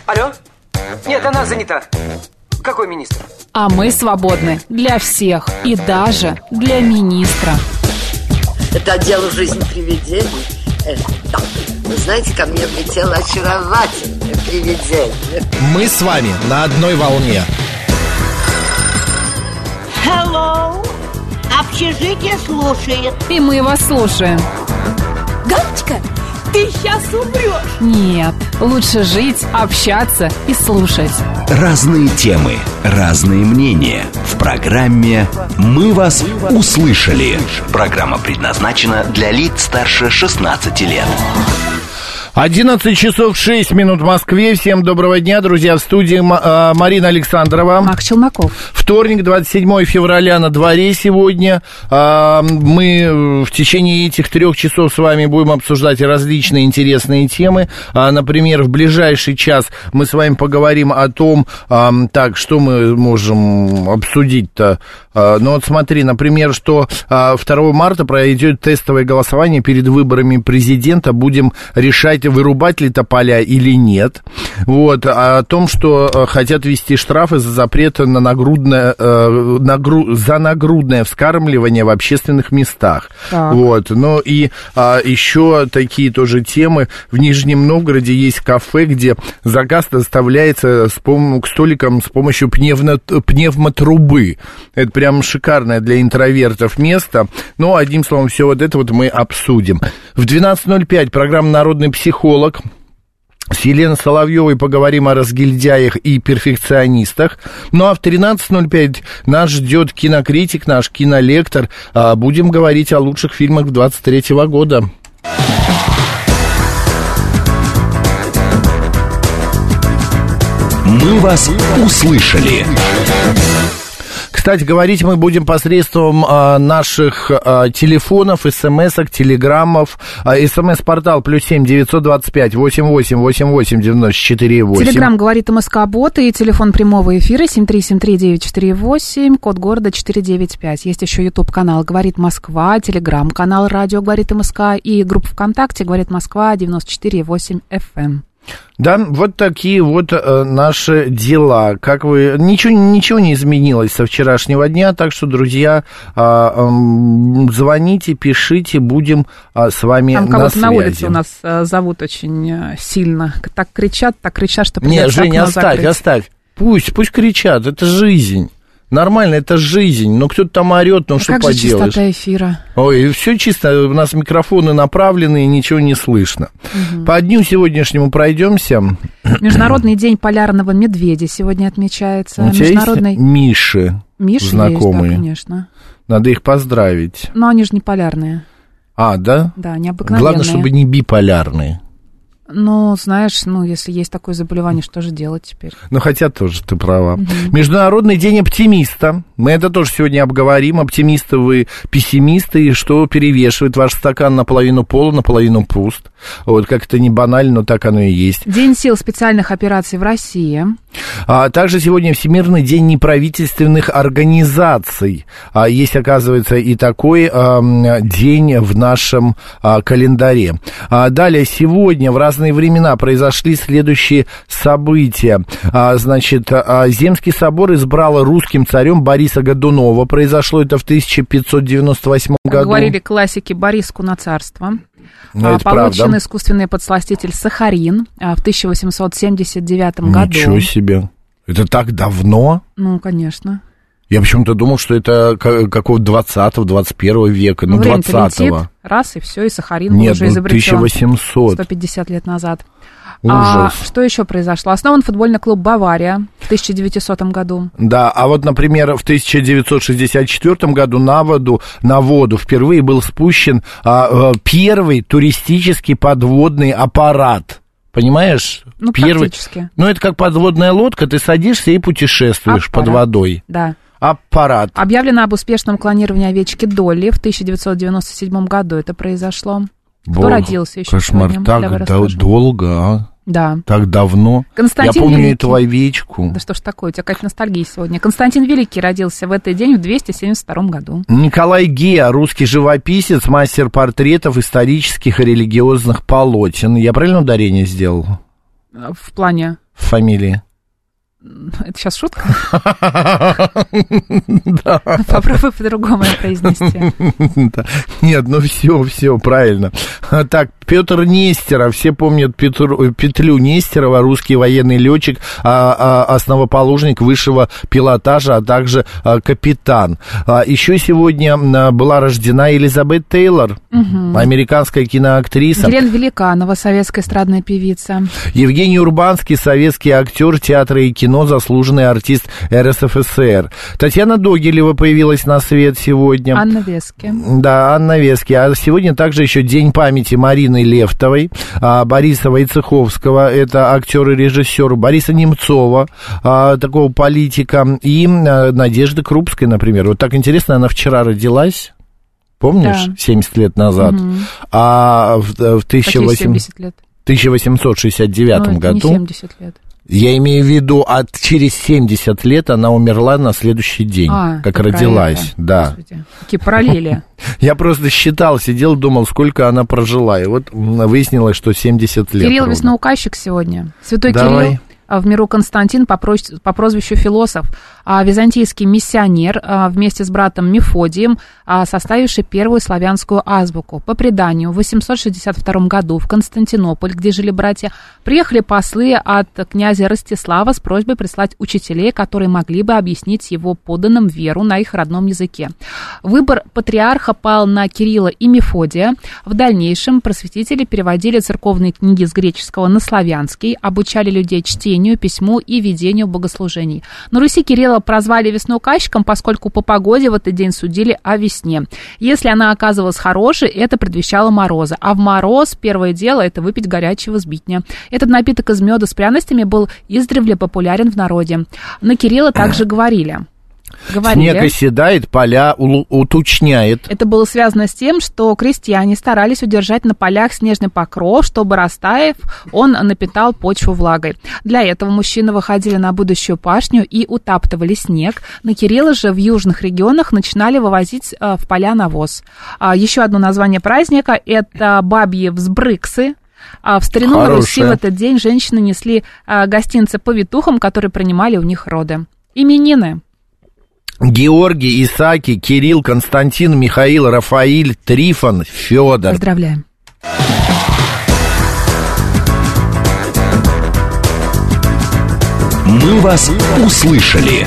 Алло? Нет, она занята. Какой министр? А мы свободны для всех и даже для министра. Это отдел «Жизнь привидений». Да. Вы знаете, ко мне влетело очаровательное привидение. Мы с вами на одной волне. Hello. Общежитие слушает. И мы вас слушаем. Галочка, ты сейчас умрешь. Нет, лучше жить, общаться и слушать. Разные темы, разные мнения. В программе «Мы вас услышали». Программа предназначена для лиц старше 16 лет. 11 часов 6 минут в Москве. Всем доброго дня, друзья. В студии Марина Александрова. Макс Челноков. Вторник, 27 февраля на дворе сегодня. Мы в течение этих 3 часов с вами будем обсуждать различные интересные темы. Например, в ближайший час мы с вами поговорим о том, так, что мы можем обсудить-то. Ну вот смотри, например, что 2 марта пройдет тестовое голосование перед выборами президента. Будем решать, вырубать ли тополя или нет. Вот. О том, что хотят ввести штрафы за запрет на нагрудное вскармливание в общественных местах. Так. Вот. Ну и еще такие тоже темы. В Нижнем Новгороде есть кафе, где заказ доставляется к столикам с помощью пневмотрубы. Это прям шикарное для интровертов место. Но, одним словом, все вот это вот мы обсудим. В 12:05 программа «Народный психолог». С Еленой Соловьевой поговорим о разгильдяях и перфекционистах. Ну а в 13:05 нас ждет кинокритик, наш кинолектор. Будем говорить о лучших фильмах 23-го года. Мы вас услышали. Кстати, говорить мы будем посредством наших телефонов, смс-ок, телеграммов. СМС-портал +7 925 88 88 94 8. Телеграм говорит МСК-бот и телефон прямого эфира 7373948, код города 495. Есть еще YouTube-канал «Говорит Москва», телеграм-канал «Радио говорит МСК» и группа ВКонтакте «Говорит Москва» 94,8 FM. Да, вот такие вот наши дела. Как вы... Ничего не изменилось со вчерашнего дня, так что, друзья, звоните, пишите, будем с вами там на связи. Там кого-то на улице у нас зовут очень сильно. Так кричат, что придется Нет, Женя, закрыть. оставь. Пусть кричат, это жизнь. Нормально, это жизнь, но кто-то там орет, ну что как поделаешь. Как же чистота эфира? Ой, все чисто, у нас микрофоны направлены, и ничего не слышно. Угу. По дню сегодняшнему пройдемся. Международный день полярного медведя сегодня отмечается. У тебя Международный... есть Миши знакомые? Есть, да, конечно. Надо их поздравить. Но они же не полярные. А, да? Да, необыкновенные. Главное, чтобы не биполярные. Ну, знаешь, если есть такое заболевание, что же делать теперь? Ну, хотя тоже ты права. Угу. Международный день оптимиста. Мы это тоже сегодня обговорим. Оптимисты вы, пессимисты, и что перевешивает ваш стакан наполовину полон, наполовину пуст. Вот как это не банально, но так оно и есть. День сил специальных операций в России. Также сегодня Всемирный день неправительственных организаций. Есть, оказывается, и такой день в нашем календаре. Далее, сегодня в разные времена произошли следующие события. Значит, Земский собор избрал русским царем Бориса Годунова. Произошло это в 1598 году. Говорили классики Бориску на царство. Получен правда. Искусственный подсластитель сахарин в 1879 году. Ничего себе. Это так давно? Ну, конечно. Я почему-то думал, что это какого-то 20-го, 21 века, 20-го. Раз, и все, и сахарин был уже изобретен 1800. 150 лет назад. Ужас. Что еще произошло? Основан футбольный клуб «Бавария» в 1900 году. Да, а вот, например, в 1964 году на воду впервые был спущен первый туристический подводный аппарат. Понимаешь? Ну, практически. Ну, это как подводная лодка, ты садишься и путешествуешь под водой. Да. Аппарат. Объявлено об успешном клонировании овечки Долли в 1997 году это произошло. Кто родился еще кошмар, сегодня? так долго, а? Да. Так давно. Константин Я помню Великий. эту овечку. Да что ж такое, у тебя какая-то ностальгия сегодня. Константин Великий родился в этот день в 272 году. Николай Геа, русский живописец, мастер портретов, исторических и религиозных полотен. Я правильно ударение сделал? В плане? фамилии? Это сейчас шутка? Да. Попробуй по-другому произнести. Нет, ну все, правильно. Так, Петр Нестеров, все помнят Петлю Нестерова, русский военный летчик, основоположник высшего пилотажа, а также капитан. Еще сегодня была рождена Элизабет Тейлор, американская киноактриса. Елена Великанова, советская эстрадная певица. Евгений Урбанский, советский актер театра и кино, заслуженный артист РСФСР. Татьяна Догилева появилась на свет сегодня. Анна Вески. Да, Анна Вески. А сегодня также еще День памяти Марины Левтовой, Бориса Войцеховского, это актер и режиссер, Бориса Немцова, такого политика, и Надежды Крупской, например. Вот так интересно, она вчера родилась. Помнишь, да. 70 лет назад, а в 1869 году... Не 70 лет. Я имею в виду, через 70 лет она умерла на следующий день, как родилась. Да. Господи, какие параллели. Я просто считал, сидел, думал, сколько она прожила, и вот выяснилось, что 70 лет. Кирилл Весноуказчик сегодня. Святой Кирилл. В миру Константин по прозвищу Философ, византийский миссионер вместе с братом Мефодием, составивший первую славянскую азбуку. По преданию, в 862 году в Константинополь, где жили братья, приехали послы от князя Ростислава с просьбой прислать учителей, которые могли бы объяснить его подданным веру на их родном языке. Выбор патриарха пал на Кирилла и Мефодия. В дальнейшем просветители переводили церковные книги с греческого на славянский, обучали людей чтению, письму и ведению богослужений. На Руси Кирилла прозвали весноуказчиком, поскольку по погоде в этот день судили о весне. Если она оказывалась хорошей, это предвещало морозы. А в мороз первое дело – это выпить горячего сбитня. Этот напиток из меда с пряностями был издревле популярен в народе. На Кирилла также говорили. Снег оседает, поля уточняет. Это было связано с тем, что крестьяне старались удержать на полях снежный покров, чтобы, растаяв, он напитал почву влагой. Для этого мужчины выходили на будущую пашню и утаптывали снег. На Кирилла же в южных регионах начинали вывозить в поля навоз. Еще одно название праздника – это бабьи взбрыксы. В старину на Руси в этот день женщины несли гостинцы повитухам, которые принимали у них роды. Именины. Георгий, Исааки, Кирилл, Константин, Михаил, Рафаиль, Трифон, Федор. Поздравляем. Мы вас услышали.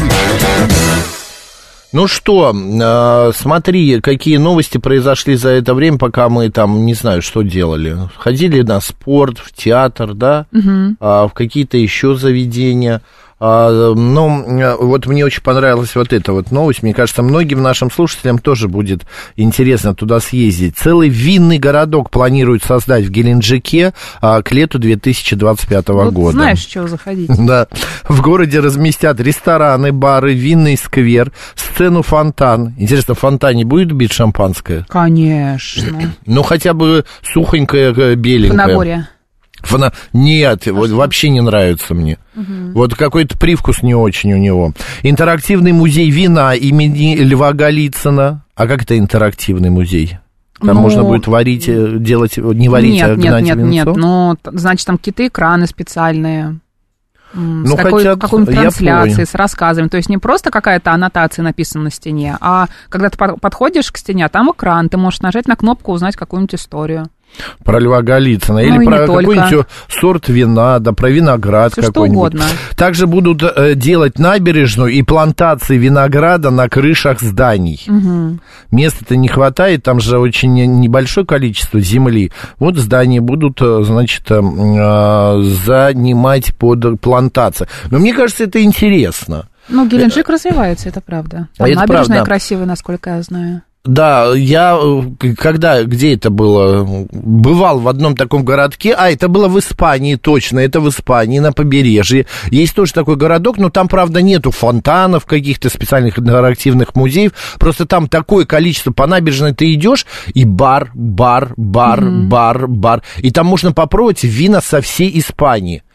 Ну что, смотри, какие новости произошли за это время, пока мы там, не знаю, что делали. Ходили на спорт, в театр, да, в какие-то еще заведения. Ну, вот мне очень понравилась вот эта вот новость. Мне кажется, многим нашим слушателям тоже будет интересно туда съездить. Целый винный городок планируют создать в Геленджике к лету 2025 года. Знаешь, с чего заходить. Да. В городе разместят рестораны, бары, винный сквер, сцену-фонтан. Интересно, в фонтане будет бить шампанское? Конечно. Ну, хотя бы сухонькое, беленькое. Фанагория. Нет, вот вообще не нравится мне. Вот какой-то привкус не очень у него. Интерактивный музей вина имени Льва Голицына. А как это интерактивный музей? Там можно будет варить, делать, не варить, а гнать винцо? Нет, ну, значит, там какие-то экраны специальные. С какой-нибудь трансляцией, с рассказами. То есть не просто какая-то аннотация написана на стене, а когда ты подходишь к стене, там экран, ты можешь нажать на кнопку, узнать какую-нибудь историю. Про Льва Голицына, или про какой-нибудь сорт вина, да, про виноград все какой-нибудь. Что угодно. Также будут делать набережную и плантации винограда на крышах зданий. Места-то не хватает, там же очень небольшое количество земли. Вот здания будут, значит, занимать под плантации. Но мне кажется, это интересно. Ну, Геленджик развивается, это правда. Там набережная красивая, насколько я знаю. Да, я где это было? Бывал в одном таком городке, это было в Испании, точно, это в Испании, на побережье. Есть тоже такой городок, но там, правда, нету фонтанов, каких-то специальных интерактивных музеев, просто там такое количество, по набережной ты идешь, и бар, и там можно попробовать вина со всей Испании.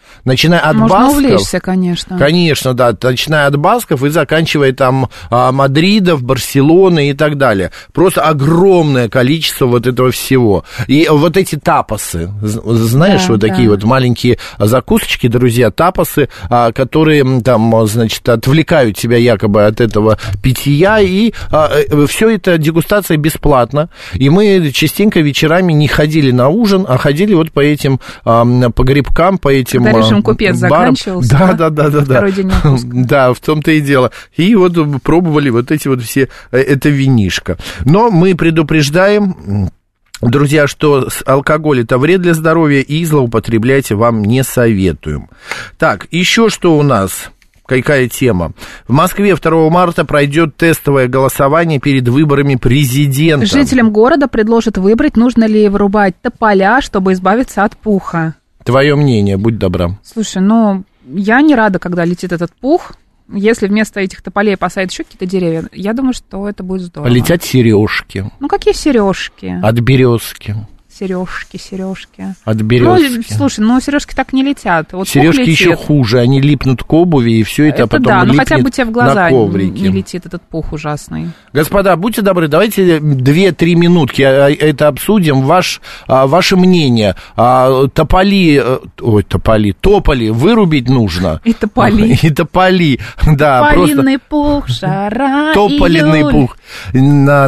Начиная от Можно басков. Можно увлечься, конечно. Конечно, да. Начиная от басков и заканчивая там Мадридов, Барселоны и так далее. Просто огромное количество вот этого всего. И вот эти тапосы, знаешь, да, вот такие вот маленькие закусочки, друзья, тапосы, которые там, значит, отвлекают тебя якобы от этого питья. И все это дегустация бесплатно. И мы частенько вечерами не ходили на ужин, а ходили вот по этим погребкам, по этим барам. Купец заканчивался. Да. Второй день отпуска. Да, в том-то и дело. И вот пробовали вот эти вот все, это винишко. Но мы предупреждаем, друзья, что алкоголь это вред для здоровья, и злоупотреблять вам не советуем. Так, еще что у нас? Какая тема? В Москве 2 марта пройдет тестовое голосование перед выборами президента. Жителям города предложат выбрать, нужно ли вырубать тополя, чтобы избавиться от пуха. Твое мнение, будь добра. Слушай, я не рада, когда летит этот пух. Если вместо этих тополей посадят еще какие-то деревья, я думаю, что это будет здорово. Полетят сережки. Какие сережки? От березки. Сережки. От березки. Слушай, сережки так не летят. Вот сережки еще хуже, они липнут к обуви, и все это потом да, липнет хотя бы тебе в глаза на коврике. Не летит этот пух ужасный. Господа, будьте добры, давайте 2-3 минутки это обсудим. Ваше мнение. Тополи вырубить нужно. И тополи. Да, тополиный пух, жара, тополиный пух. Не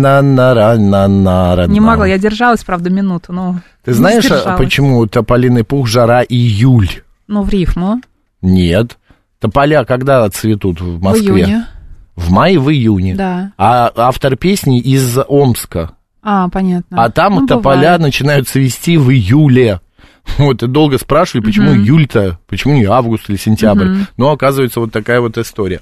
могла, я держалась, правда, минуту. Ты знаешь, почему тополиный пух, жара, июль? В рифму. Нет. Тополя когда цветут в Москве? В июне. В мае, в июне. Да. А автор песни из Омска. Понятно. А там тополя начинают цвести в июле. Вот, и долго спрашивали, почему июль-то, почему не август или сентябрь. Но оказывается, вот такая вот история.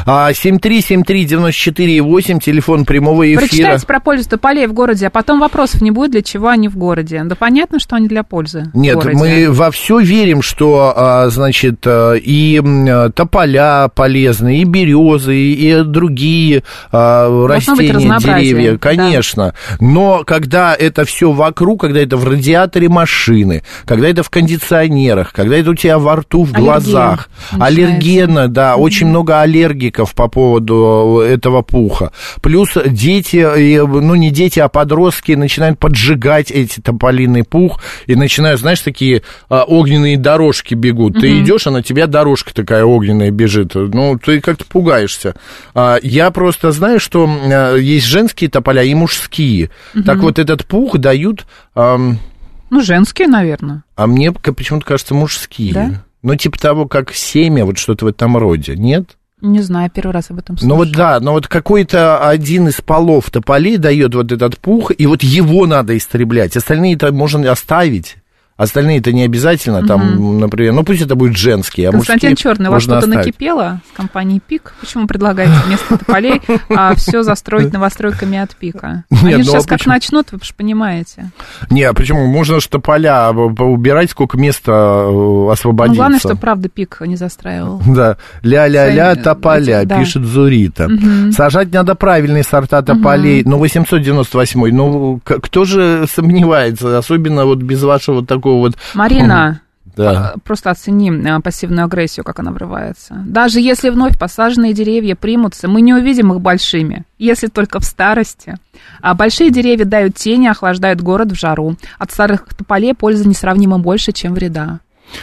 7373948, телефон прямого эфира. Прочитайте про пользу тополей в городе, а потом вопросов не будет, для чего они в городе. Да понятно, что они для пользы. Нет, в городе. Мы во все верим, что, значит, и тополя полезны, и березы, и другие растения, деревья, конечно. Да. Но когда это все вокруг, когда это в радиаторе машины, когда это в кондиционерах, когда это у тебя во рту, в глазах, аллергенно, да, очень много аллергиков по поводу этого пуха. Плюс дети, не дети, а подростки начинают поджигать эти тополиный пух и начинают, знаешь, такие огненные дорожки бегут. Ты идешь, а на тебя дорожка такая огненная бежит. Ты как-то пугаешься. Я просто знаю, что есть женские тополя и мужские. Так вот, этот пух дают... женские, наверное. А мне почему-то кажется, мужские. Да? Типа того, как семя, вот что-то в этом роде, нет? Не знаю, первый раз об этом слышу. Но какой-то один из полов тополей дает вот этот пух, и вот его надо истреблять. Остальные-то можно оставить. Остальные-то не обязательно, там, например, пусть это будет женские, а Константин мужские Черный, у вас что-то накипело с компанией ПИК? Почему предлагаете вместо тополей все застроить новостройками от ПИКа? Они сейчас как начнут, вы же понимаете. Не, почему? Можно же тополя убирать, сколько места освободится. Главное, что, правда, ПИК не застраивал. Да, ля-ля-ля, тополя, пишет Зурита. Сажать надо правильные сорта тополей, 898-й, кто же сомневается, особенно вот без вашего такого вот... Марина, да. Просто оцени пассивную агрессию, как она врывается. Даже если вновь посаженные деревья примутся, мы не увидим их большими, если только в старости. А большие деревья дают тени, охлаждают город в жару. От старых тополей пользы несравнимо больше, чем вреда.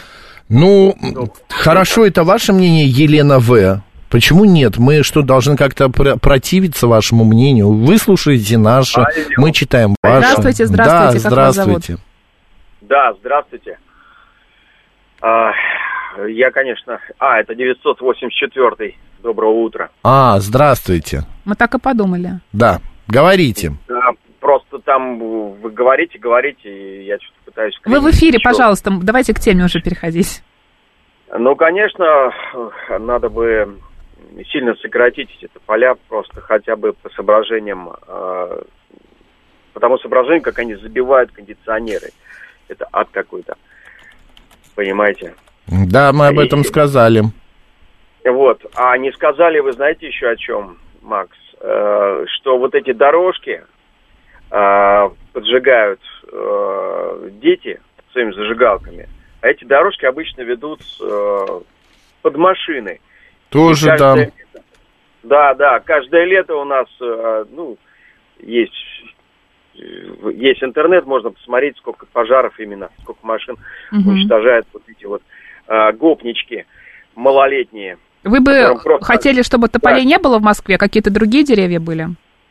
Хорошо, это ваше мнение, Елена В. Почему нет? Мы что, должны как-то противиться вашему мнению? Вы слушаете наше, мы читаем ваше. Здравствуйте, да, как здравствуйте. вас зовут? Да, здравствуйте. Я, конечно... это 984-й. Доброго утра. Здравствуйте. Мы так и подумали. Да, говорите. Просто там вы говорите, и я что-то пытаюсь... Вы в эфире, пожалуйста, давайте к теме уже переходить. Конечно, надо бы сильно сократить эти поля, просто хотя бы по соображениям... По тому соображению, как они забивают кондиционеры. Это ад какой-то. Понимаете? Да, мы об этом сказали. Вот. А не сказали, вы знаете еще о чем, Макс? Что вот эти дорожки поджигают дети своими зажигалками. эти дорожки обычно ведут под машины. Тоже там. Да, каждое лето у нас, есть интернет, можно посмотреть, сколько пожаров именно, сколько машин уничтожают вот эти вот гопнички малолетние. Вы бы хотели, чтобы тополей не было в Москве, какие-то другие деревья были?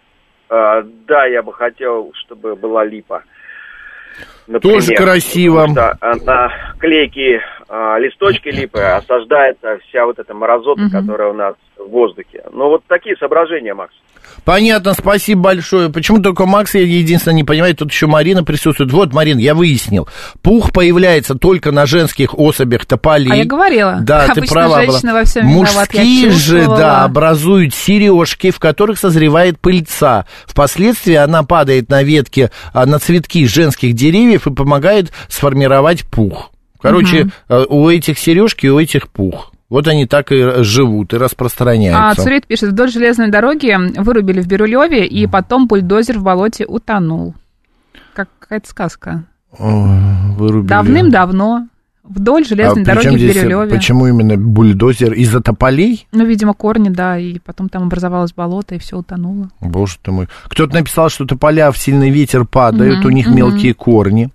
Да, я бы хотел, чтобы была липа. Например, тоже красиво. Потому что на клейкие листочки липы осаждается вся вот эта морозота, которая у нас в воздухе. Ну, вот такие соображения, Макс. Понятно, спасибо большое. Почему только Макс, я единственное не понимаю, тут еще Марина присутствует. Вот, Марин, я выяснил. Пух появляется только на женских особях тополей. А я говорила. Да, обычно ты права женщина была. Во всем виноват, мужские же, да, образуют сережки, в которых созревает пыльца. Впоследствии она падает на ветки, на цветки женских деревьев и помогает сформировать пух. Короче, у этих сережки, у этих пух. Вот они так и живут, и распространяются. Цурит пишет, вдоль железной дороги вырубили в Бирюлеве, и потом бульдозер в болоте утонул. Какая-то сказка. Вырубили. Давным-давно вдоль железной дороги в Бирюлеве. Почему именно бульдозер? Из-за тополей? Ну, видимо, корни, да, и потом там образовалось болото, и все утонуло. Боже ты мой. Кто-то написал, что тополя в сильный ветер падают, у них мелкие корни.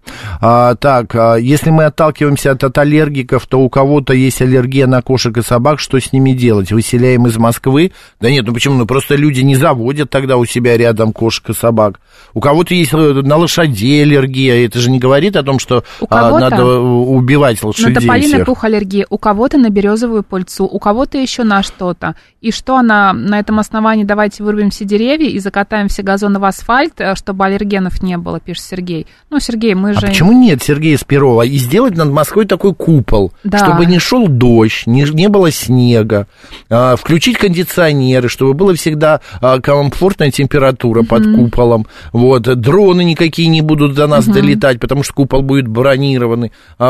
Если мы отталкиваемся от аллергиков, то у кого-то есть аллергия на кошек и собак, что с ними делать? Выселяем из Москвы? Да нет, ну почему? Ну просто люди не заводят тогда у себя рядом кошек и собак. У кого-то есть на лошадей аллергия, это же не говорит о том, что надо убивать лошадей. На тополиный пух аллергия, у кого-то на березовую пыльцу, у кого-то еще на что-то. И что она на этом основании, давайте вырубим все деревья и закатаем все газоны в асфальт, чтобы аллергенов не было, пишет Сергей. Ну, Сергей, мы же... А почему нет Сергея Спирова? И сделать над Москвой такой купол, чтобы не шел дождь, не было снега, включить кондиционеры, чтобы была всегда комфортная температура под куполом. Вот. Дроны никакие не будут до нас долетать, потому что купол будет бронированный,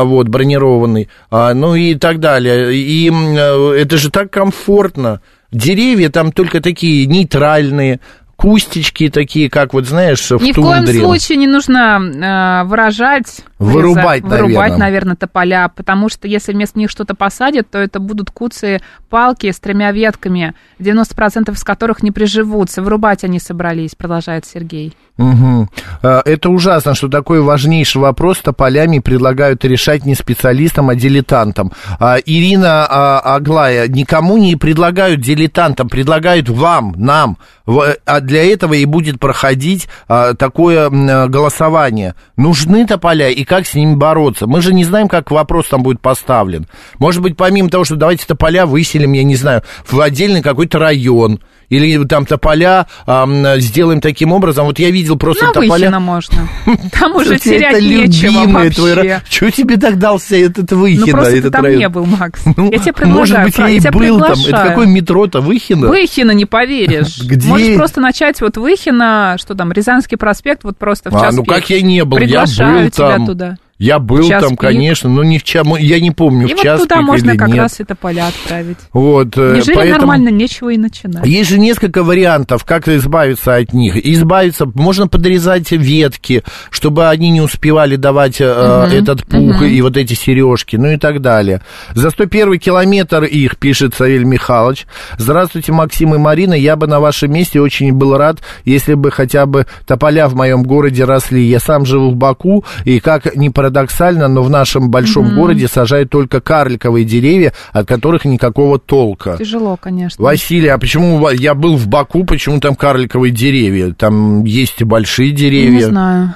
ну и так далее. И это же так комфортно. Деревья там только такие нейтральные, кустички такие, как вот, знаешь, в тундре. Ни в коем случае не нужно вырубать, наверное, тополя, потому что если вместо них что-то посадят, то это будут куцые палки с 3 ветками, 90% из которых не приживутся. Вырубать они собрались, продолжает Сергей. Это ужасно, что такой важнейший вопрос тополями предлагают решать не специалистам, а дилетантам. Ирина Аглая, никому не предлагают дилетантам, предлагают вам, нам. А для этого и будет проходить такое голосование. Нужны тополя и как с ними бороться? Мы же не знаем, как вопрос там будет поставлен. Может быть, помимо того, что давайте тополя выселим, я не знаю, в отдельный какой-то район. Или там тополя сделаем таким образом. Вот я видел просто тополя. Выхино можно. Там уже терять нечего вообще. Чего тебе так дался этот Выхино? Ну, просто ты там не был, Макс. Я тебе предлагаю. Может быть, я и был там. Это какое метро-то? Выхино? Выхино, не поверишь. Где? Можешь просто начать вот Выхино, что там, Рязанский проспект, вот просто в час пик. Как я не был, я был Приглашаю тебя там. туда. Я был там, пик. Конечно, но не в час, я не помню, и в час вот туда пик можно или как нет. раз это поля отправить. Вот, Ежели поэтому... нормально, нечего и начинать. Есть же несколько вариантов, как избавиться от них. Можно подрезать ветки, чтобы они не успевали давать этот пух и вот эти сережки, ну и так далее. За 101 километр их, пишет Савель Михайлович. Здравствуйте, Максим и Марина. Я бы на вашем месте очень был рад, если бы хотя бы тополя в моем городе росли. Я сам живу в Баку, и как ни парадоксально, но в нашем большом городе сажают только карликовые деревья, от которых никакого толка. Тяжело, конечно. Василий, а почему я был в Баку, почему там карликовые деревья? Там есть и большие деревья. Не знаю.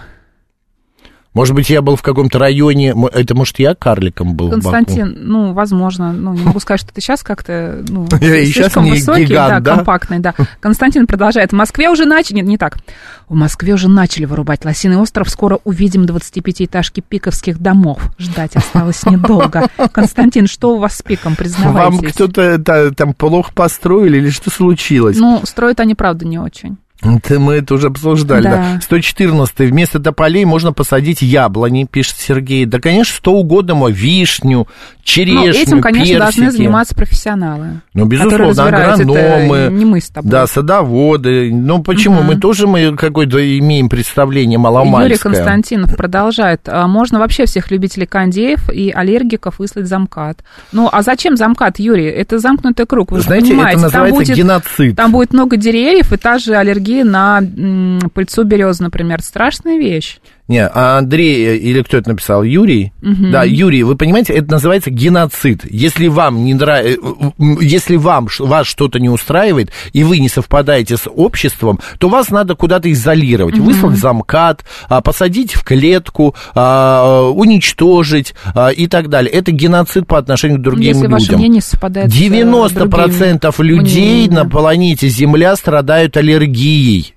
Может быть, я был в каком-то районе, это, может, я карликом был Константин, в Баку? Ну, возможно, не могу сказать, что ты сейчас как-то, слишком высокий, гигант, да? Компактный, да. Константин продолжает. В Москве уже начали, не так, в Москве уже начали вырубать Лосиный остров, скоро увидим 25-этажки пиковских домов. Ждать осталось недолго. Константин, что у вас с пиком, признавайтесь? Вам кто-то там плохо построили или что случилось? Ну, строят они, правда, не очень. Мы это уже обсуждали, да. 114-й. Вместо тополей можно посадить яблони, пишет Сергей. Да, конечно, что угодно, вишню, черешню, этим, конечно, персики. Должны заниматься профессионалы. Ну, безусловно, агрономы, не мы с тобой. Да, садоводы. Ну, почему? Мы какое-то имеем представление маломальское. Юрий Константинов продолжает. Можно вообще всех любителей кондеев и аллергиков выслать за МКАД. Ну, а зачем за МКАД, Юрий? Это замкнутый круг, вы же понимаете. Это называется геноцид. Там будет много деревьев, и та же аллергия на пыльцу березы, например. Страшная вещь. Не, а Андрей, или кто это написал, Юрий? Да, Юрий, вы понимаете, это называется геноцид. Если вам не нравится, если вас что-то не устраивает, и вы не совпадаете с обществом, то вас надо куда-то изолировать, выслать за МКАД, посадить в клетку, уничтожить и так далее. Это геноцид по отношению к другим людям. Если ваше мнение совпадает 90% людей на планете Земля страдают аллергией.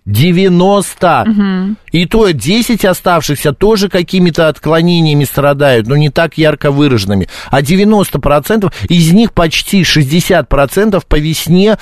90%. И то 10 оставшихся тоже какими-то отклонениями страдают, но не так ярко выраженными. А 90% из них почти 60% по весне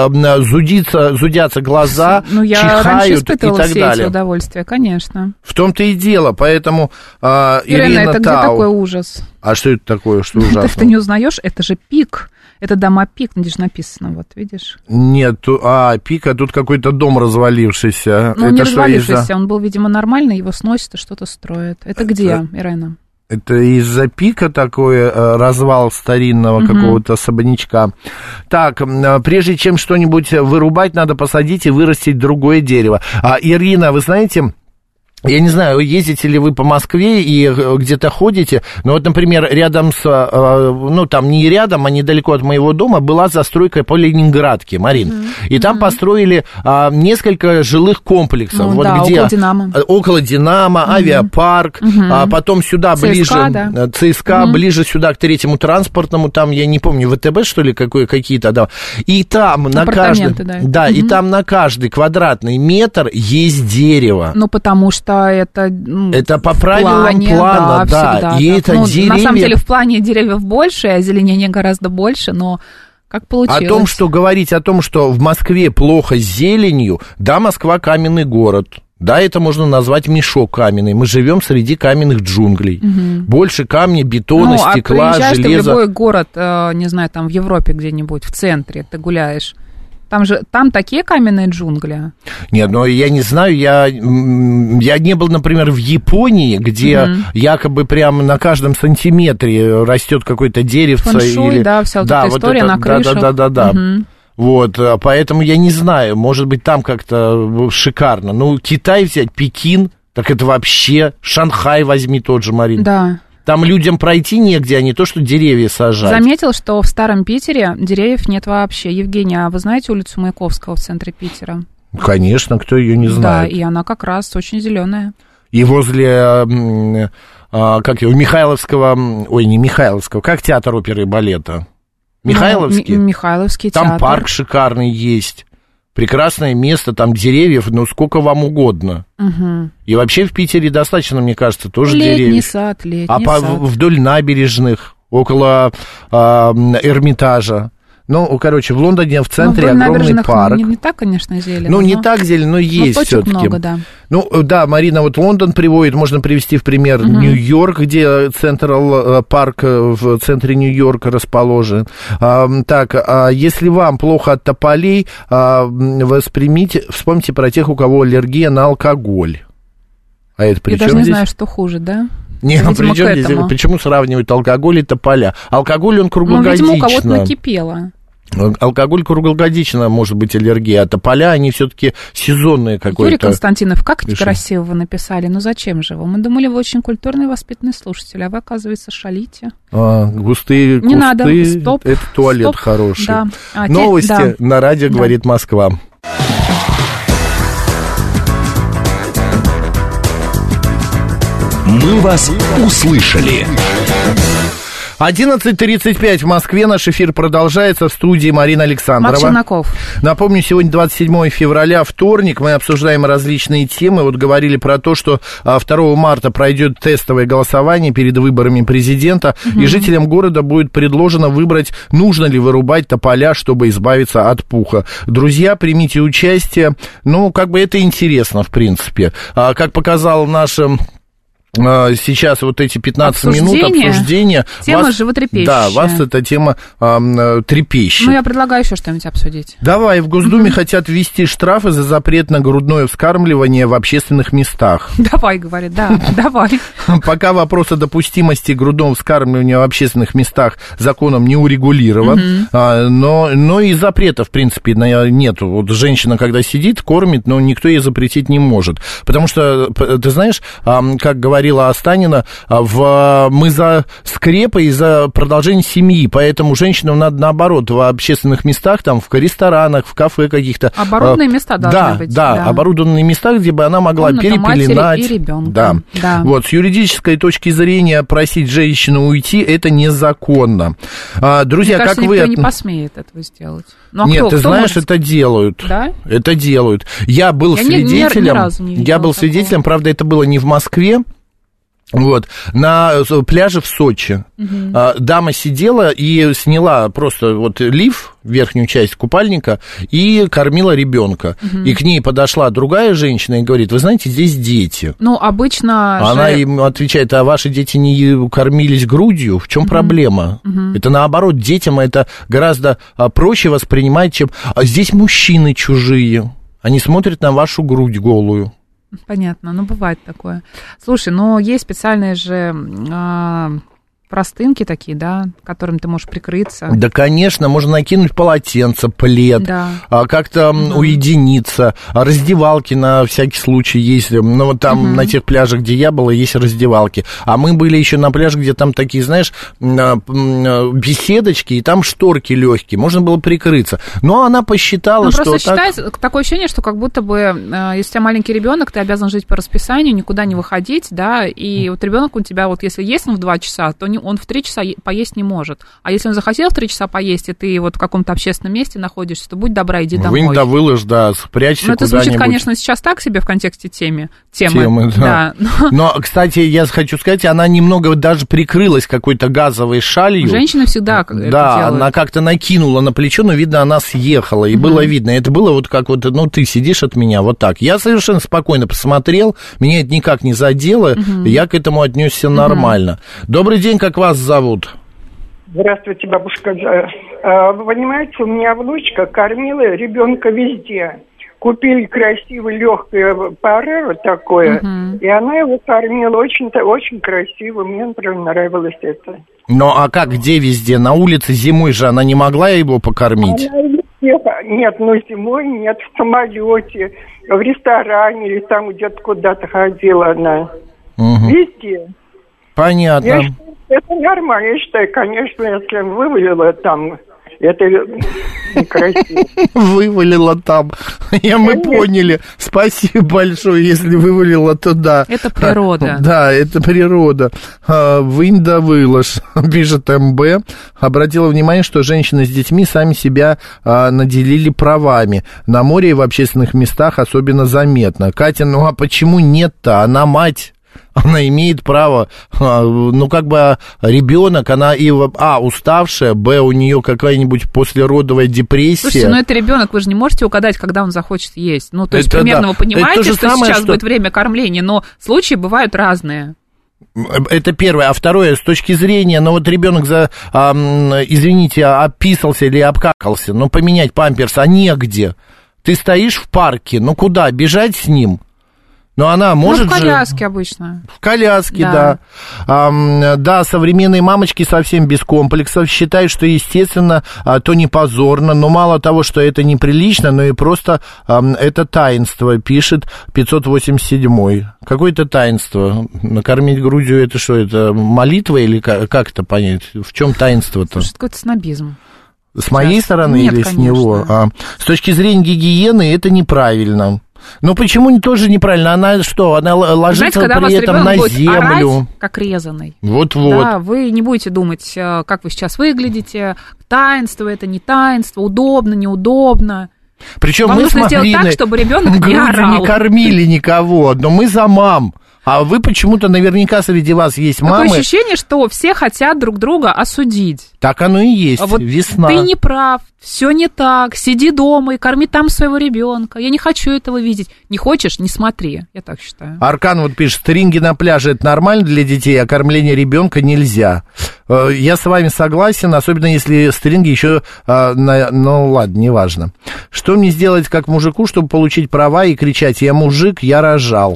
зудятся глаза, чихают и так далее. Удовольствие, конечно. В том-то и дело, поэтому Ирина, это где такой ужас? А что это такое, что ужасно? Ты не узнаешь, это же пик. Это дома Пик, здесь написано, вот, видишь? Нет, Пик, а тут какой-то дом развалившийся. Ну, это не развалившийся, он был, видимо, нормальный, его сносят и что-то строят. Это где, Ирена? Это из-за Пика такой развал старинного какого-то особнячка. Так, прежде чем что-нибудь вырубать, надо посадить и вырастить другое дерево. Ирина, вы знаете... Я не знаю, ездите ли вы по Москве и где-то ходите, но вот, например, рядом с, ну, там не рядом, а недалеко от моего дома была застройка по Ленинградке, Марин. И там построили несколько жилых комплексов. Ну, вот да, где, около «Динамо». Около «Динамо», авиапарк, потом сюда ЦСКА, ближе, да. ЦСКА, ближе сюда к третьему транспортному, там, я не помню, ВТБ, что ли, какие-то, да. И там на каждый, да, и там на каждый квадратный метр есть дерево. Ну, потому что это по правилам плана, да. И это деревья... На самом деле в плане деревьев больше, озеленения гораздо больше, но как получилось? Говорить о том, что в Москве плохо с зеленью, да, Москва каменный город. Да, это можно назвать мешок каменный. Мы живем среди каменных джунглей. Больше камня, бетона, стекла, железа. Ты в любой город, не знаю, там в Европе где-нибудь, в центре, ты гуляешь. Там такие каменные джунгли. Нет, но я не знаю, я не был, например, в Японии, где якобы прямо на каждом сантиметре растет какое-то деревце. Фэншуй, да, вся эта история на крышах. Да. Вот, поэтому я не знаю, может быть, там как-то шикарно. Ну, Китай взять, Пекин, так это вообще, Шанхай возьми тот же, Марин. Да. Там людям пройти негде, а не то, что деревья сажать. Заметил, что в Старом Питере деревьев нет вообще. Евгения, а вы знаете улицу Маяковского в центре Питера? Конечно, кто ее не знает. Да, и она как раз очень зеленая. И возле, Михайловского, ой, не Михайловского, как театр оперы и балета? Михайловский? Михайловский театр. Там парк шикарный есть. Прекрасное место, там деревьев, ну, сколько вам угодно. И вообще в Питере достаточно, мне кажется, тоже деревьев. Летний сад. Вдоль набережных, около Эрмитажа. Ну, короче, в Лондоне в центре огромный парк. Не так, конечно, зелено. Ну, не так зелено, но есть все-таки. Много, да. Ну, да, Марина вот Лондон приводит, можно привести в пример Нью-Йорк, где Централ парк в центре Нью-Йорка расположен. Если вам плохо от тополей, вспомните про тех, у кого аллергия на алкоголь. А это при чем здесь? Я даже не знаю, что хуже, да? Нет, почему сравнивают алкоголь и тополя? Алкоголь, он круглогодично. Ну, видимо, у кого-то накипело. Алкоголь круглогодично может быть аллергия, а тополя, они все-таки сезонные какой-то. Юрий Константинов, как это красиво вы написали, ну зачем же вы? Мы думали, вы очень культурный и воспитанный слушатель, а вы, оказывается, шалите. Густые кусты, не надо. Стоп, это туалет хороший. Да. Новости на радио «Говорит Москва». Мы вас услышали. 11:35 в Москве. Наш эфир продолжается. В студии Марина Александрова. Макс Челноков. Напомню, сегодня 27 февраля, вторник. Мы обсуждаем различные темы. Вот говорили про то, что 2 марта пройдет тестовое голосование перед выборами президента. И жителям города будет предложено выбрать, нужно ли вырубать тополя, чтобы избавиться от пуха. Друзья, примите участие. Ну, как бы это интересно, в принципе. Как показал наш... Сейчас вот эти 15 минут обсуждения. Тема животрепещущая. Да, вас эта тема трепещет. Ну, я предлагаю еще что-нибудь обсудить. Давай, в Госдуме хотят ввести штрафы за запрет на грудное вскармливание в общественных местах. Давай, говорит, да, давай. Пока вопрос о допустимости грудного вскармливания в общественных местах законом не урегулирован, но и запрета, в принципе, нету. Вот женщина, когда сидит, кормит, но никто ей запретить не может. Потому что, ты знаешь, как говорила Останина, мы за скрепы и за продолжение семьи, поэтому женщинам надо, наоборот, в общественных местах, там, в ресторанах, в кафе каких-то. Оборудованные места должны быть. Да, оборудованные места, где бы она могла перепеленать. И ребенка. Да. Вот, с юридической точки зрения просить женщину уйти, это незаконно. Друзья, мне кажется, как вы... никто не посмеет этого сделать. Ну, нет, ты знаешь, это делают. Да? Это делают. Я был свидетелем. Ни разу не видела я был свидетелем, правда, это было не в Москве. Вот, на пляже в Сочи дама сидела и сняла просто вот лиф, верхнюю часть купальника, и кормила ребенка. И к ней подошла другая женщина и говорит: вы знаете, здесь дети. Ну, обычно она им отвечает: а ваши дети не кормились грудью? В чем проблема? Это наоборот, детям это гораздо проще воспринимать, чем... А здесь мужчины чужие, они смотрят на вашу грудь голую. Понятно, ну бывает такое. Слушай, но есть специальные же простынки такие, да, которым ты можешь прикрыться. Да, конечно, можно накинуть полотенце, плед, как-то уединиться. Раздевалки на всякий случай есть. Ну, вот там на тех пляжах, где я был, есть раздевалки. А мы были еще на пляже, где там такие, знаешь, беседочки, и там шторки легкие. Можно было прикрыться. Но она посчитала, что просто считается, такое ощущение, что как будто бы, если у тебя маленький ребенок, ты обязан жить по расписанию, никуда не выходить, да, и вот ребенок у тебя, вот если есть он в 2 часа, то он в 3 часа поесть не может. А если он захотел в 3 часа поесть, и ты вот в каком-то общественном месте находишься, то будь добра, иди домой. Вынь да выложь, да, спрячься куда-нибудь. Ну, это звучит, конечно, сейчас так себе в контексте темы, да. Но, кстати, я хочу сказать, она немного даже прикрылась какой-то газовой шалью. Женщины всегда это делают. Да, она как-то накинула на плечо, но, видно, она съехала, и было видно. Это было вот как вот, ну, ты сидишь от меня, вот так. Я совершенно спокойно посмотрел, меня это никак не задело, я к этому отнесся нормально. Добрый день, как вас зовут? Здравствуйте, бабушка. Вы понимаете, у меня внучка кормила ребенка везде. Купили красивое, легкое пареро такое, и она его кормила очень красиво. Мне, например, нравилось это. Ну, а как, где везде? На улице зимой же она не могла его покормить? Нет, ну зимой нет, в самолете, в ресторане или там где-то куда-то ходила она. Везде. Понятно. Это нормально, я считаю, конечно, если вывалила там, это некрасиво. Вывалила там. Мы поняли. Спасибо большое, если вывалила, то да. Это природа. Да, это природа. Вынь да выложь, пишет МБ. Обратила внимание, что женщины с детьми сами себя наделили правами. На море и в общественных местах особенно заметно. Катя, ну а почему нет-то? Она мать. Она имеет право, ну, как бы, ребенок, она и, уставшая, у нее какая-нибудь послеродовая депрессия. Слушайте, ну, это ребенок, вы же не можете угадать, когда он захочет есть. Ну, то есть, примерно вы понимаете, что сейчас будет время кормления, но случаи бывают разные. Это первое. А второе, с точки зрения, ну, вот ребенок, извините, описался или обкакался, ну, поменять памперс, а негде. Ты стоишь в парке, ну, куда, бежать с ним? Но она может в коляске обычно. В коляске, да. Да, современные мамочки совсем без комплексов считают, что, естественно, то не позорно, но мало того, что это неприлично, но и просто это таинство, пишет 587-й. Какое-то таинство. Накормить грудью, это что, это молитва или как это понять? В чем таинство-то? Слушай, это какой-то снобизм. С моей стороны. Нет, или конечно. С него? С точки зрения гигиены это неправильно. Но почему тоже неправильно? Она что, она ложится при этом на землю? Орать, как резаный. Вот-вот. Да, вы не будете думать, как вы сейчас выглядите, таинство это, не таинство, удобно, неудобно. Причем мы с Мариной так, чтобы ребенок не орал. Не кормили никого, но мы за мам. А вы почему-то, наверняка, среди вас есть мамы... Такое ощущение, что все хотят друг друга осудить. Так оно и есть, вот весна. Ты не прав, все не так, сиди дома и корми там своего ребенка. Я не хочу этого видеть. Не хочешь, не смотри, я так считаю. Аркан вот пишет, стринги на пляже это нормально для детей, а кормление ребенка нельзя. Я с вами согласен, особенно если стринги еще... Ну ладно, неважно. Что мне сделать как мужику, чтобы получить права и кричать: я мужик, я рожал?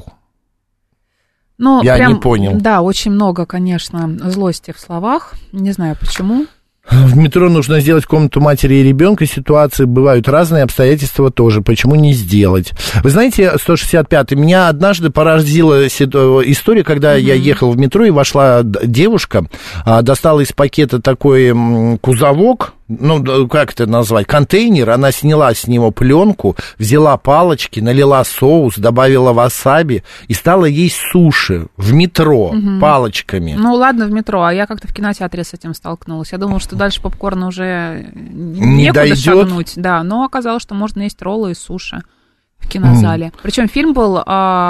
Ну, я прям, не понял. Да, очень много, конечно, злости в словах. Не знаю, почему. В метро нужно сделать комнату матери и ребенка. Ситуации бывают разные, обстоятельства тоже. Почему не сделать? Вы знаете, 165-й, меня однажды поразила история, когда я ехал в метро, и вошла девушка, достала из пакета такой кузовок, ну, как это назвать, контейнер, она сняла с него пленку, взяла палочки, налила соус, добавила васаби и стала есть суши в метро палочками. Ну, ладно, в метро, а я как-то в кинотеатре с этим столкнулась. Я думала, что дальше попкорна уже некуда шагнуть. Да, но оказалось, что можно есть роллы и суши в кинозале. Причем фильм был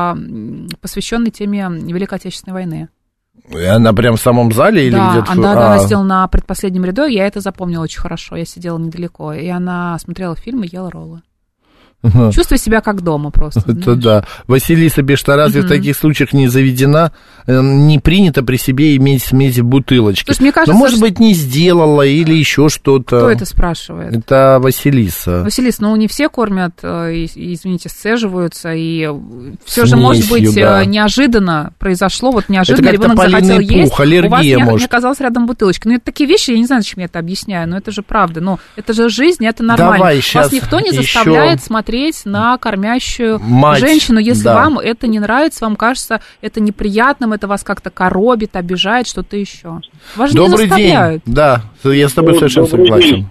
посвященный теме Великой Отечественной войны. И она прям в самом зале или где-то? Да, она сидела на предпоследнем ряду, я это запомнила очень хорошо, я сидела недалеко, и она смотрела фильм и ела роллы. Чувствуй себя как дома просто. Это да. Василиса пишет, а разве в таких случаях не заведена, не принято при себе иметь смесь в бутылочке? Слушай, мне кажется, ну, может быть, не сделала или еще что-то. Кто это спрашивает? Это Василиса. Василис, ну не все кормят, извините, сцеживаются, и все же, может быть, неожиданно произошло, вот неожиданно ребенок захотел есть, аллергия, у вас не оказалась рядом бутылочка. Ну, это такие вещи, я не знаю, зачем я это объясняю, но это же правда, ну, это же жизнь, это нормально. Давай, вас никто не заставляет смотреть на кормящую мать, женщину, если вам это не нравится, вам кажется это неприятным, это вас как-то коробит, обижает, что-то еще. Вас же не заставляют. День. Да, я с тобой совершенно согласен.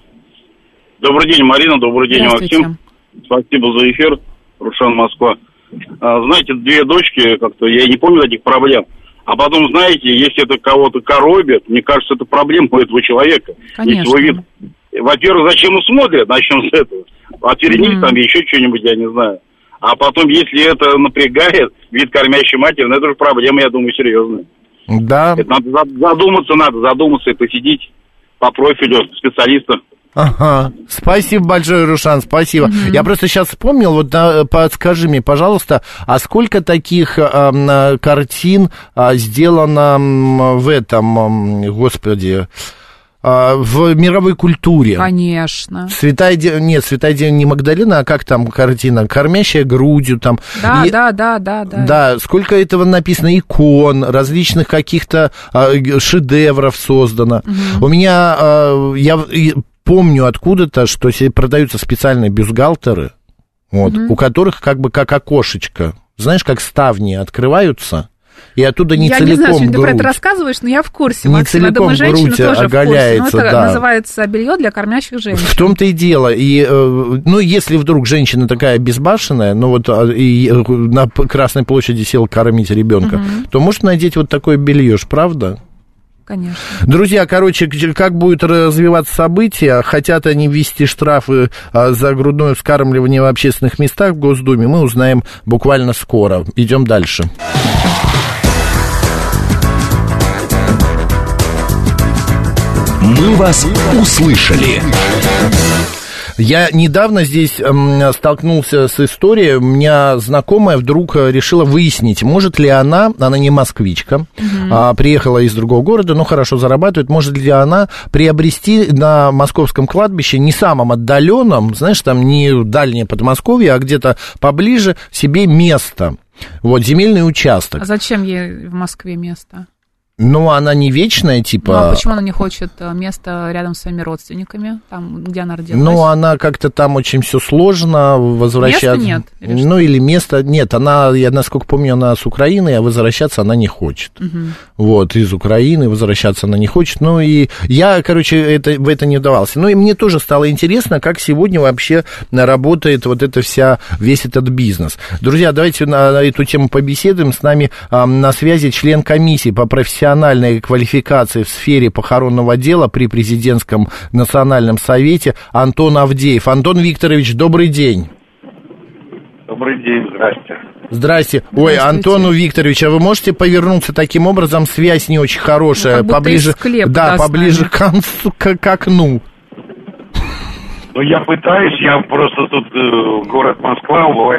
Добрый день, Марина, добрый день, Максим. Спасибо за эфир, Рушан, Москва. Знаете, две дочки, как-то я не помню этих проблем. А потом, знаете, если это кого-то коробит, мне кажется, это проблема у этого человека. Конечно. Если вы видите, во-первых, зачем он смотрит, начнем с этого. Отвернись там, еще что-нибудь, я не знаю. А потом, если это напрягает, вид кормящей матери, ну это же проблема, я думаю, серьезная. Да. Это надо задуматься и посидеть по профилю специалиста. Ага, спасибо большое, Рушан, спасибо. Я просто сейчас вспомнил, вот подскажи мне, пожалуйста, а сколько таких картин сделано в этом, господи... в мировой культуре. Конечно. Святая Дева не Магдалина, а как там картина? Кормящая грудью там. Да. Да, сколько этого написано, икон, различных каких-то шедевров создано. У меня, я помню откуда-то, что продаются специальные бюстгальтеры, вот, у которых как бы как окошечко, знаешь, как ставни открываются. И оттуда не я целиком не знаю, что грудь. ты про это рассказываешь, но я в курсе, Не Максим. Я думаю, женщины тоже оголяется, в курсе. Но это да. называется белье для кормящих женщин. В том-то и дело. И, ну, если вдруг женщина такая безбашенная, ну, вот и на Красной площади села кормить ребенка, то может надеть вот такое белье, правда? Конечно. Друзья, короче, как будет развиваться события, хотят они ввести штрафы за грудное вскармливание в общественных местах в Госдуме, мы узнаем буквально скоро. Идем дальше. Мы вас услышали. Я недавно здесь столкнулся с историей, у меня знакомая вдруг решила выяснить, может ли она не москвичка, приехала из другого города, но хорошо зарабатывает, может ли она приобрести на московском кладбище, не самом отдаленном, знаешь, там не дальнее Подмосковье, а где-то поближе, себе место, вот, земельный участок. А зачем ей в Москве место? Ну, она не вечная, типа... Ну, а почему она не хочет место рядом с своими родственниками, там, где она родилась? Ну, она как-то там очень все сложно возвращаться. Места нет? Или ну, или места нет. Она, я, насколько помню, она с Украины, а возвращаться она не хочет. Вот, из Украины возвращаться она не хочет. Ну, и я, короче, в это не вдавался. Ну, и мне тоже стало интересно, как сегодня вообще работает вот эта весь этот бизнес. Друзья, давайте на эту тему побеседуем. С нами на связи член комиссии по профессиональной квалификации в сфере похоронного дела при Президентском национальном совете Антон Авдеев. Антон Викторович, добрый день. Добрый день, здрасте. Здрасте. Ой, Антону Викторовичу, а вы можете повернуться таким образом? Связь не очень хорошая. Ну, поближе, поближе к окну. Ну, я пытаюсь, я просто тут город Москва, бывает,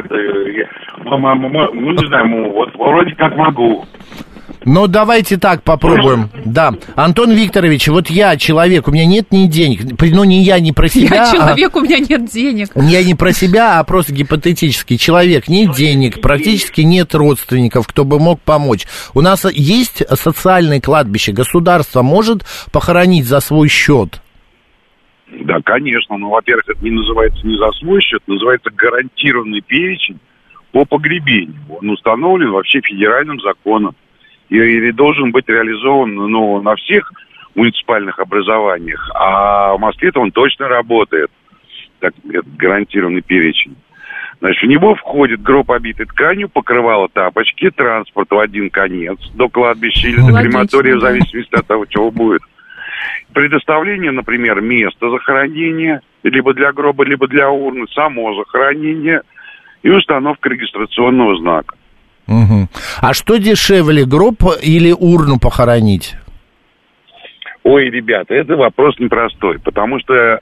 ну, не знаю, вот вроде как могу. Ну, давайте так попробуем. Да. Антон Викторович, вот я человек, у меня нет ни денег. Ну, не я, не про себя. Я человек, у меня нет денег. Я не про себя, а просто гипотетический человек. Нет денег, практически нет родственников, кто бы мог помочь. У нас есть социальное кладбище. Государство может похоронить за свой счет? Да, конечно. Ну, во-первых, это не называется не за свой счет, называется гарантированный перечень по погребению. Он установлен вообще федеральным законом. И должен быть реализован, ну, на всех муниципальных образованиях, а в Москве-то он точно работает, так, этот гарантированный перечень. Значит, в него входит гроб, обитый тканью, покрывало, тапочки, транспорт в один конец до кладбища или до крематория, в зависимости от того, чего будет. Предоставление, например, места захоронения, либо для гроба, либо для урны, само захоронение и установка регистрационного знака. Угу. А что дешевле, гроб или урну похоронить? Ой, ребята, это вопрос непростой, потому что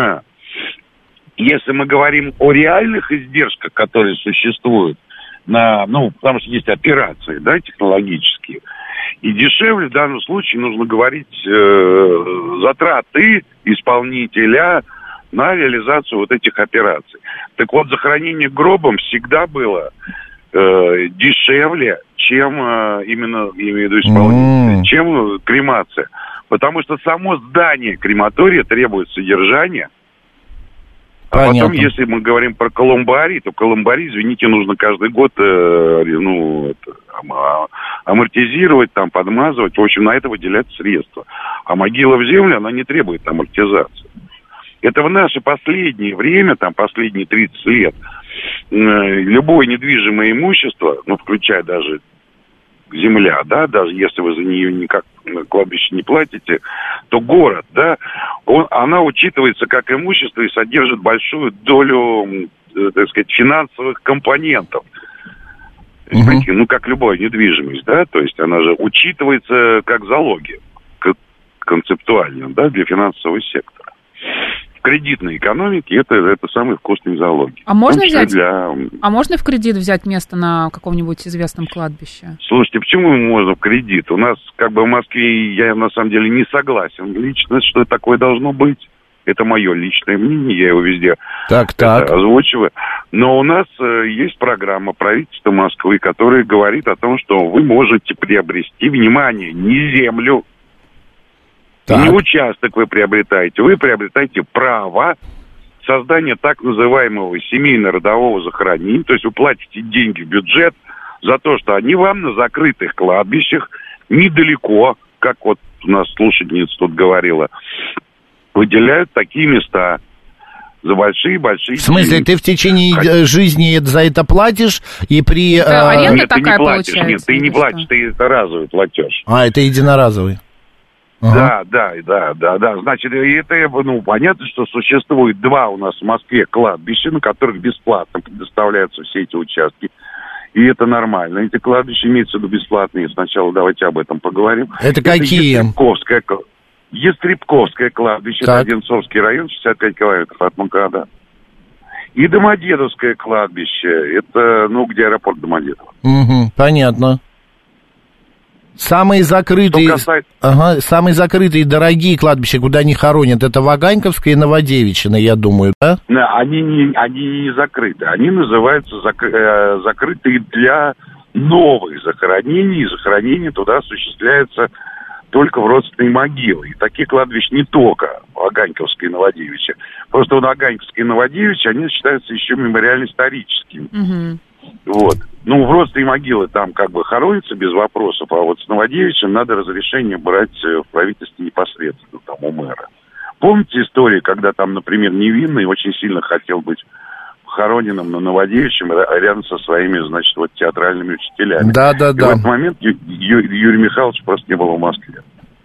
если мы говорим о реальных издержках, которые существуют, потому что есть операции, да, технологические, и дешевле в данном случае нужно говорить затраты исполнителя на реализацию вот этих операций. Так вот, захоронение гробом всегда было дешевле, чем именно, я имею в виду исполнитель, чем кремация. Потому что само здание крематория требует содержания. А потом, если мы говорим про колумбарий, то колумбарий, извините, нужно каждый год амортизировать, там, подмазывать. В общем, на это выделять средства. А могила в землю, она не требует амортизации. Это в наше последнее время, там, последние 30 лет, любое недвижимое имущество, ну, включая даже земля, да, даже если вы за нее никак на кладбище не платите, то город, да, она учитывается как имущество и содержит большую долю, так сказать, финансовых компонентов. Ну, как любая недвижимость, да, то есть она же учитывается как залоги концептуально, да, для финансового сектора. В кредитной экономике это самые вкусные залоги. А можно можно в кредит взять место на каком-нибудь известном кладбище? Слушайте, почему можно в кредит? У нас, как бы в Москве, я на самом деле не согласен лично, что такое должно быть. Это мое личное мнение, я его везде озвучиваю. Но у нас есть программа правительства Москвы, которая говорит о том, что вы можете приобрести, внимание, не землю, не участок вы приобретаете право создания так называемого семейно-родового захоронения, то есть вы платите деньги в бюджет за то, что они вам на закрытых кладбищах недалеко, как вот у нас слушательница тут говорила, выделяют такие места за большие-большие деньги. В смысле, ты в течение жизни за это платишь, и при... аренда нет, такая ты не платишь, получается? Нет, ты не платишь, это разовый платеж. Это единоразовый. Да. Значит, это, понятно, что существует два у нас в Москве кладбища, на которых бесплатно предоставляются все эти участки. И это нормально. Эти кладбища имеются в виду бесплатные. Сначала давайте об этом поговорим. Это какие? Естребковское кладбище, это Одинцовский район, 65 километров от МКАДа. И Домодедовское кладбище, это, где аэропорт Домодедово. Понятно. Самые закрытые и дорогие кладбища, куда они хоронят, это Ваганьковское и Новодевичьино, я думаю, да? Они не закрыты. Они называются закрытые для новых захоронений, и захоронение туда осуществляется только в родственные могилы. И таких кладбищ не только в Аганьковской и Новодевичье. Просто в Аганьковской и Новодевичье они считаются еще мемориально-историческими. Угу. Вот. Ну, в родственные могилы там как бы хоронятся без вопросов, а вот с Новодевичьем надо разрешение брать в правительстве непосредственно, там, у мэра. Помните историю, когда там, например, Невинный очень сильно хотел быть похороненным на Новодевичьем рядом со своими, значит, вот театральными учителями? Да. В этот момент Юрий Михайлович просто не был в Москве.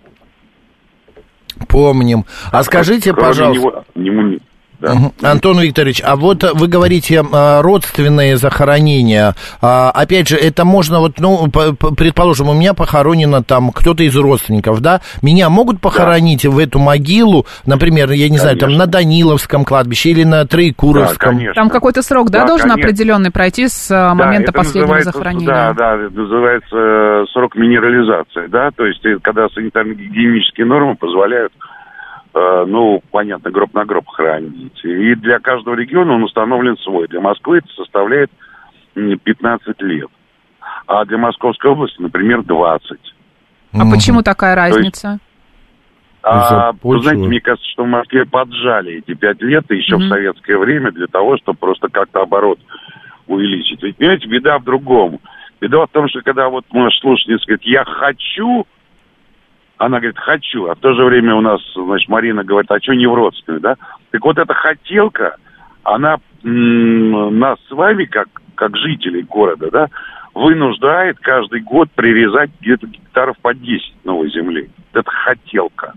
Помним. А скажите, пожалуйста... Да. Антон Викторович, а вот вы говорите родственные захоронения. Опять же, это можно вот, ну, предположим, у меня похоронено там кто-то из родственников, да? Меня могут похоронить в эту могилу, например, я не знаю, там на Даниловском кладбище или на Троекуровском? Да, там какой-то срок, да, должен определенный пройти с момента последнего захоронения? Да, это называется срок минерализации, да, то есть когда санитарно-гигиенические нормы позволяют, ну, понятно, гроб на гроб хранить. И для каждого региона он установлен свой. Для Москвы это составляет 15 лет. А для Московской области, например, 20. А почему такая разница? Вы знаете, мне кажется, что в Москве поджали эти 5 лет еще в советское время для того, чтобы просто как-то оборот увеличить. Ведь, понимаете, беда в другом. Беда в том, что когда вот наша слушательница говорит, я хочу... Она говорит, хочу, а в то же время у нас, значит, Марина говорит, а что не в родственной, да? Так вот эта хотелка, она нас с вами, как жителей города, да, вынуждает каждый год прирезать где-то гектаров по 10 новой земли. Это хотелка.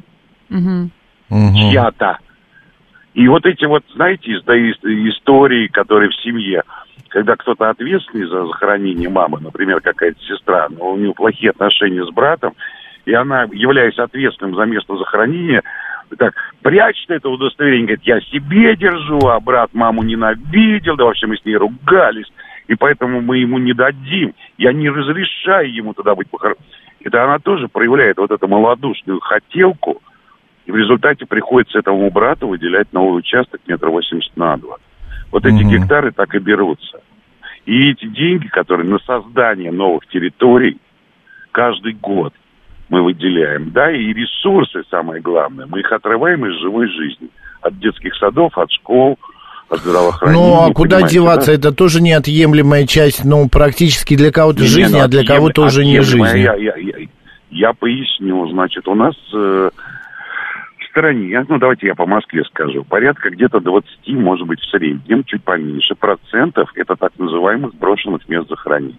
Чья-то. И вот эти вот, знаете, истории, которые в семье, когда кто-то ответственный за захоронение мамы, например, какая-то сестра, но у нее плохие отношения с братом, и она, являясь ответственным за место захоронения, так, прячет это удостоверение, говорит, я себе держу, а брат маму ненавидел, да вообще мы с ней ругались, и поэтому мы ему не дадим, я не разрешаю ему туда быть похороненным. Это она тоже проявляет вот эту малодушную хотелку, и в результате приходится этому брату выделять новый участок 1,80 м на 2. Вот эти гектары так и берутся. И эти деньги, которые на создание новых территорий каждый год мы выделяем, да, и ресурсы, самое главное, мы их отрываем из живой жизни. От детских садов, от школ, от здравоохранения. Ну, а куда деваться? Да? Это тоже неотъемлемая часть, ну, практически для кого-то жизни, а для кого-то уже не жизни. Я поясню, значит, у нас в стране, ну, давайте я по Москве скажу, порядка где-то 20, может быть, в среднем, чуть поменьше, процентов, это так называемых брошенных мест захоронений.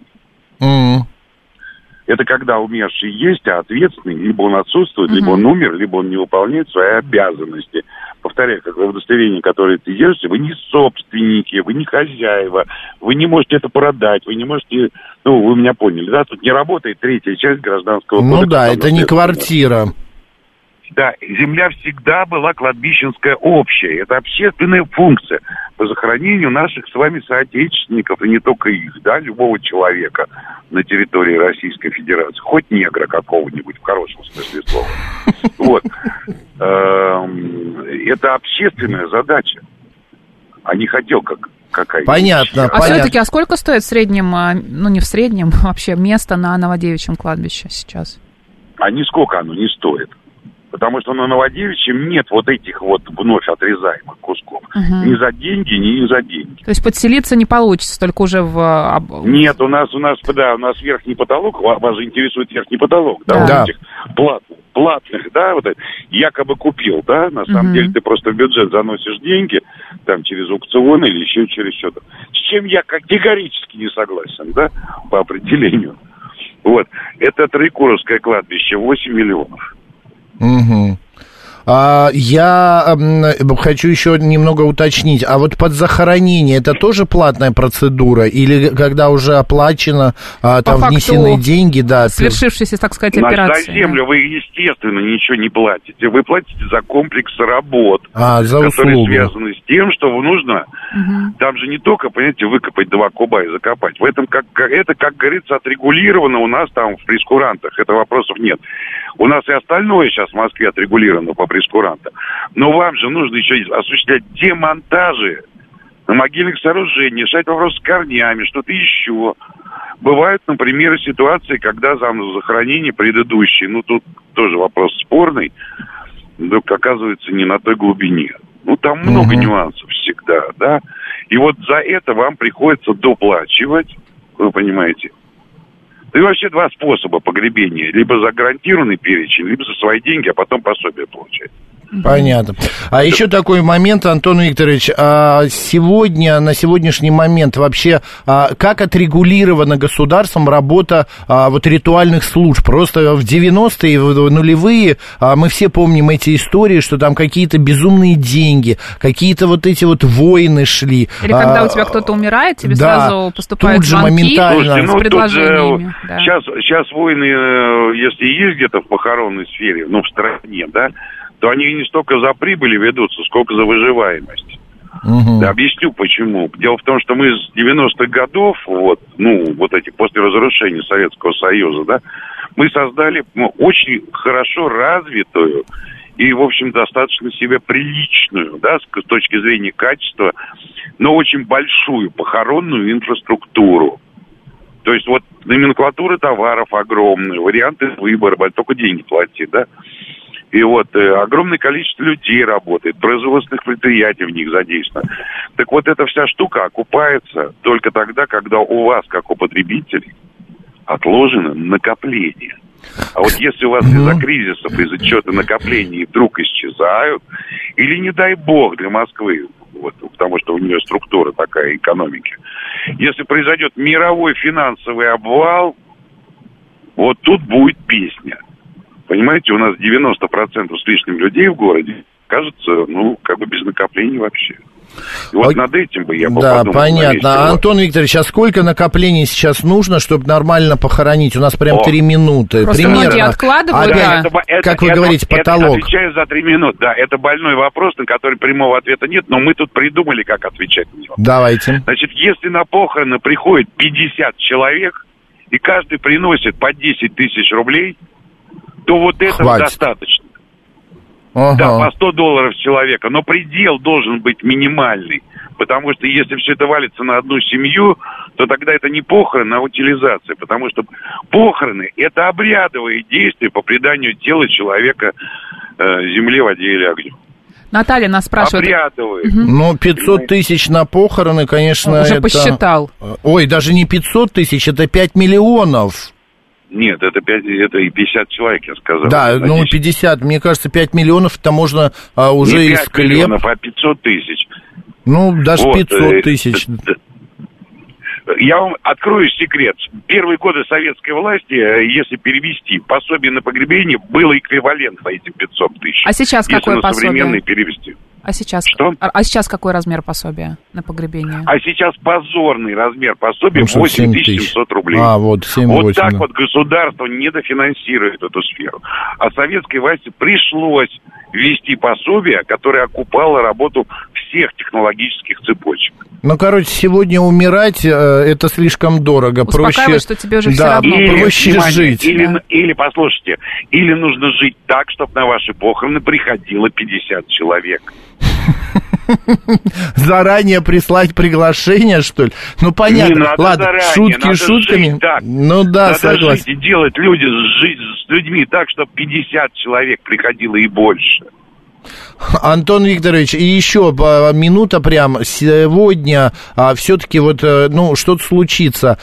Это когда умерший есть, а ответственный, либо он отсутствует, либо он умер, либо он не выполняет свои обязанности. Повторяю, как в удостоверении, которое ты держите, вы не собственники, вы не хозяеева, вы не можете это продать, вы не можете, ну, вы меня поняли, да, тут не работает третья часть Гражданского кодекса. Ну да, это не квартира. Да, земля всегда была кладбищенская общая. Это общественная функция по захоронению наших с вами соотечественников, и не только их, да, любого человека на территории Российской Федерации. Хоть негра какого-нибудь, в хорошем смысле слова. Вот. Это общественная задача, а не хотелка какая-то. Понятно. А все-таки, а сколько стоит в среднем, ну не в среднем, вообще место на Новодевичьем кладбище сейчас? А нисколько оно не стоит. Потому что на Новодевичьем нет вот этих вот вновь отрезаемых кусков. Ни за деньги, ни за деньги. То есть подселиться не получится, только уже в... Нет, у нас верхний потолок, вас же интересует верхний потолок, да, да. Вот этих платных, да, вот это, якобы купил, да, на самом деле ты просто в бюджет заносишь деньги, там, через аукцион или еще через что-то. С чем я категорически не согласен, да, по определению. Вот, это Троекуровское кладбище, 8 миллионов. Я хочу еще немного уточнить, а вот под захоронение это тоже платная процедура? Или когда уже оплачено, там внесены деньги, да? Свершившиеся, так сказать, операции. За землю вы, естественно, ничего не платите. Вы платите за комплекс работ, за которые связаны с тем, что нужно... Там же не только, понимаете, выкопать 2 куба и закопать. В этом, как говорится, отрегулировано у нас там в прейскурантах. Это вопросов нет. У нас и остальное сейчас в Москве отрегулировано по прейскурантам. Но вам же нужно еще осуществлять демонтажи на могильных сооружениях, решать вопрос с корнями, что-то еще. Бывают, например, ситуации, когда захоронение предыдущее, ну, тут тоже вопрос спорный, вдруг оказывается не на той глубине. Ну, там много нюансов всегда, да. И вот за это вам приходится доплачивать, вы понимаете. И вообще два способа погребения. Либо за гарантированный перечень, либо за свои деньги, а потом пособие получать. Понятно. А еще такой момент, Антон Викторович, сегодня, на сегодняшний момент вообще, как отрегулирована государством работа вот ритуальных служб? Просто в 90-е, в нулевые мы все помним эти истории, что там какие-то безумные деньги, какие-то вот эти вот войны шли. Или когда у тебя кто-то умирает, тебе сразу поступают тут же звонки моментально. с предложениями. Сейчас войны, если есть где-то в похоронной сфере, ну, в стране, да, то они не столько за прибыли ведутся, сколько за выживаемость. Да, объясню почему. Дело в том, что мы с 90-х годов, вот эти после разрушения Советского Союза, да, мы создали очень хорошо развитую и, в общем, достаточно себе приличную, да, с точки зрения качества, но очень большую похоронную инфраструктуру. То есть вот номенклатура товаров огромная, варианты выбора, только деньги плати, да. И вот огромное количество людей работает, производственных предприятий в них задействовано. Так вот, эта вся штука окупается только тогда, когда у вас, как у потребителей, отложено накопление. А вот если у вас из-за кризисов, из-за чего-то накопления вдруг исчезают, или, не дай бог, для Москвы, вот, потому что у нее структура такая экономики, если произойдет мировой финансовый обвал, вот тут будет песня. Понимаете, у нас 90% с лишним людей в городе, кажется, как бы без накоплений вообще. И вот над этим бы я подумал. Да, понятно. Антон Викторович, а сколько накоплений сейчас нужно, чтобы нормально похоронить? У нас прям 3 минуты. Просто многие откладывают, как вы говорите, потолок. Отвечаю за 3 минуты, да. Это больной вопрос, на который прямого ответа нет, но мы тут придумали, как отвечать на него. Давайте. Значит, если на похороны приходит 50 человек, и каждый приносит по 10 тысяч рублей, то вот этого достаточно. Да, по $100 человека. Но предел должен быть минимальный. Потому что если все это валится на одну семью, то тогда это не похороны, а утилизация. Потому что похороны – это обрядовые действия по преданию тела человека земле, воде или огню. Наталья нас спрашивает. Обрядовые. 500 тысяч на похороны, конечно, уже посчитал. Ой, даже не 500 тысяч, это 5 миллионов. Нет, это и 50 человек, я сказал. Да, 50, мне кажется, 5 миллионов, это можно уже не из 5 миллионов, а 500 тысяч. Даже 500 тысяч. Я вам открою секрет. Первые годы советской власти, если перевести пособие на погребение, было эквивалентно этим 500 тысяч. А сейчас какое пособие? Если на современные перевести. А сейчас? Что? А сейчас какой размер пособия на погребение? А сейчас позорный размер пособия 8700 рублей. Вот 7-8. Вот так вот государство недофинансирует эту сферу. А советской власти пришлось ввести пособие, которое окупало работу всех технологических цепочек. Сегодня умирать это слишком дорого. Успокаивай, что тебе уже все равно. Проще жить. Или, послушайте, или нужно жить так, чтобы на ваши похороны приходило 50 человек. Заранее прислать приглашение, что ли? Понятно. Не надо ладно, заранее, шутки надо шутками. Жить так. Надо согласен. Жить и делать с людьми так, чтобы 50 человек приходило и больше. Антон Викторович, и еще минута прям. Сегодня все-таки что-то случится.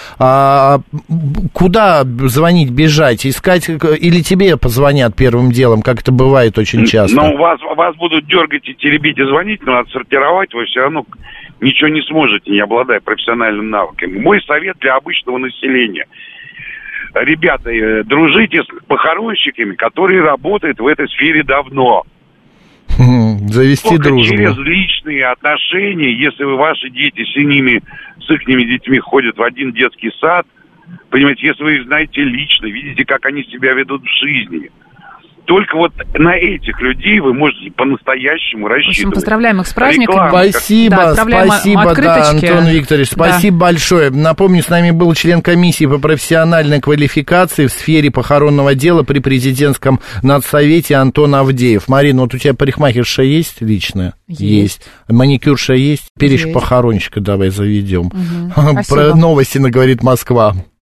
Куда звонить, бежать, искать? Или тебе позвонят первым делом, как это бывает очень часто? Вас будут дергать и теребить и звонить, но отсортировать вы все равно ничего не сможете, не обладая профессиональными навыками. Мой совет для обычного населения. Ребята, дружите с похоронщиками, которые работают в этой сфере давно. Завести дружбу. Через личные отношения, если ваши дети с их детьми ходят в один детский сад, понимаете, если вы их знаете лично, видите, как они себя ведут в жизни, только вот на этих людей вы можете по-настоящему рассчитывать. В общем, поздравляем их с праздником. Спасибо, Антон Викторович, спасибо большое. Напомню, с нами был член комиссии по профессиональной квалификации в сфере похоронного дела при президентском надсовете Антон Авдеев. Марина, вот у тебя парикмахерша есть личная? Есть. Маникюрша есть? Теперь еще похоронщика давай заведем. Про новости на «Говорит Москва».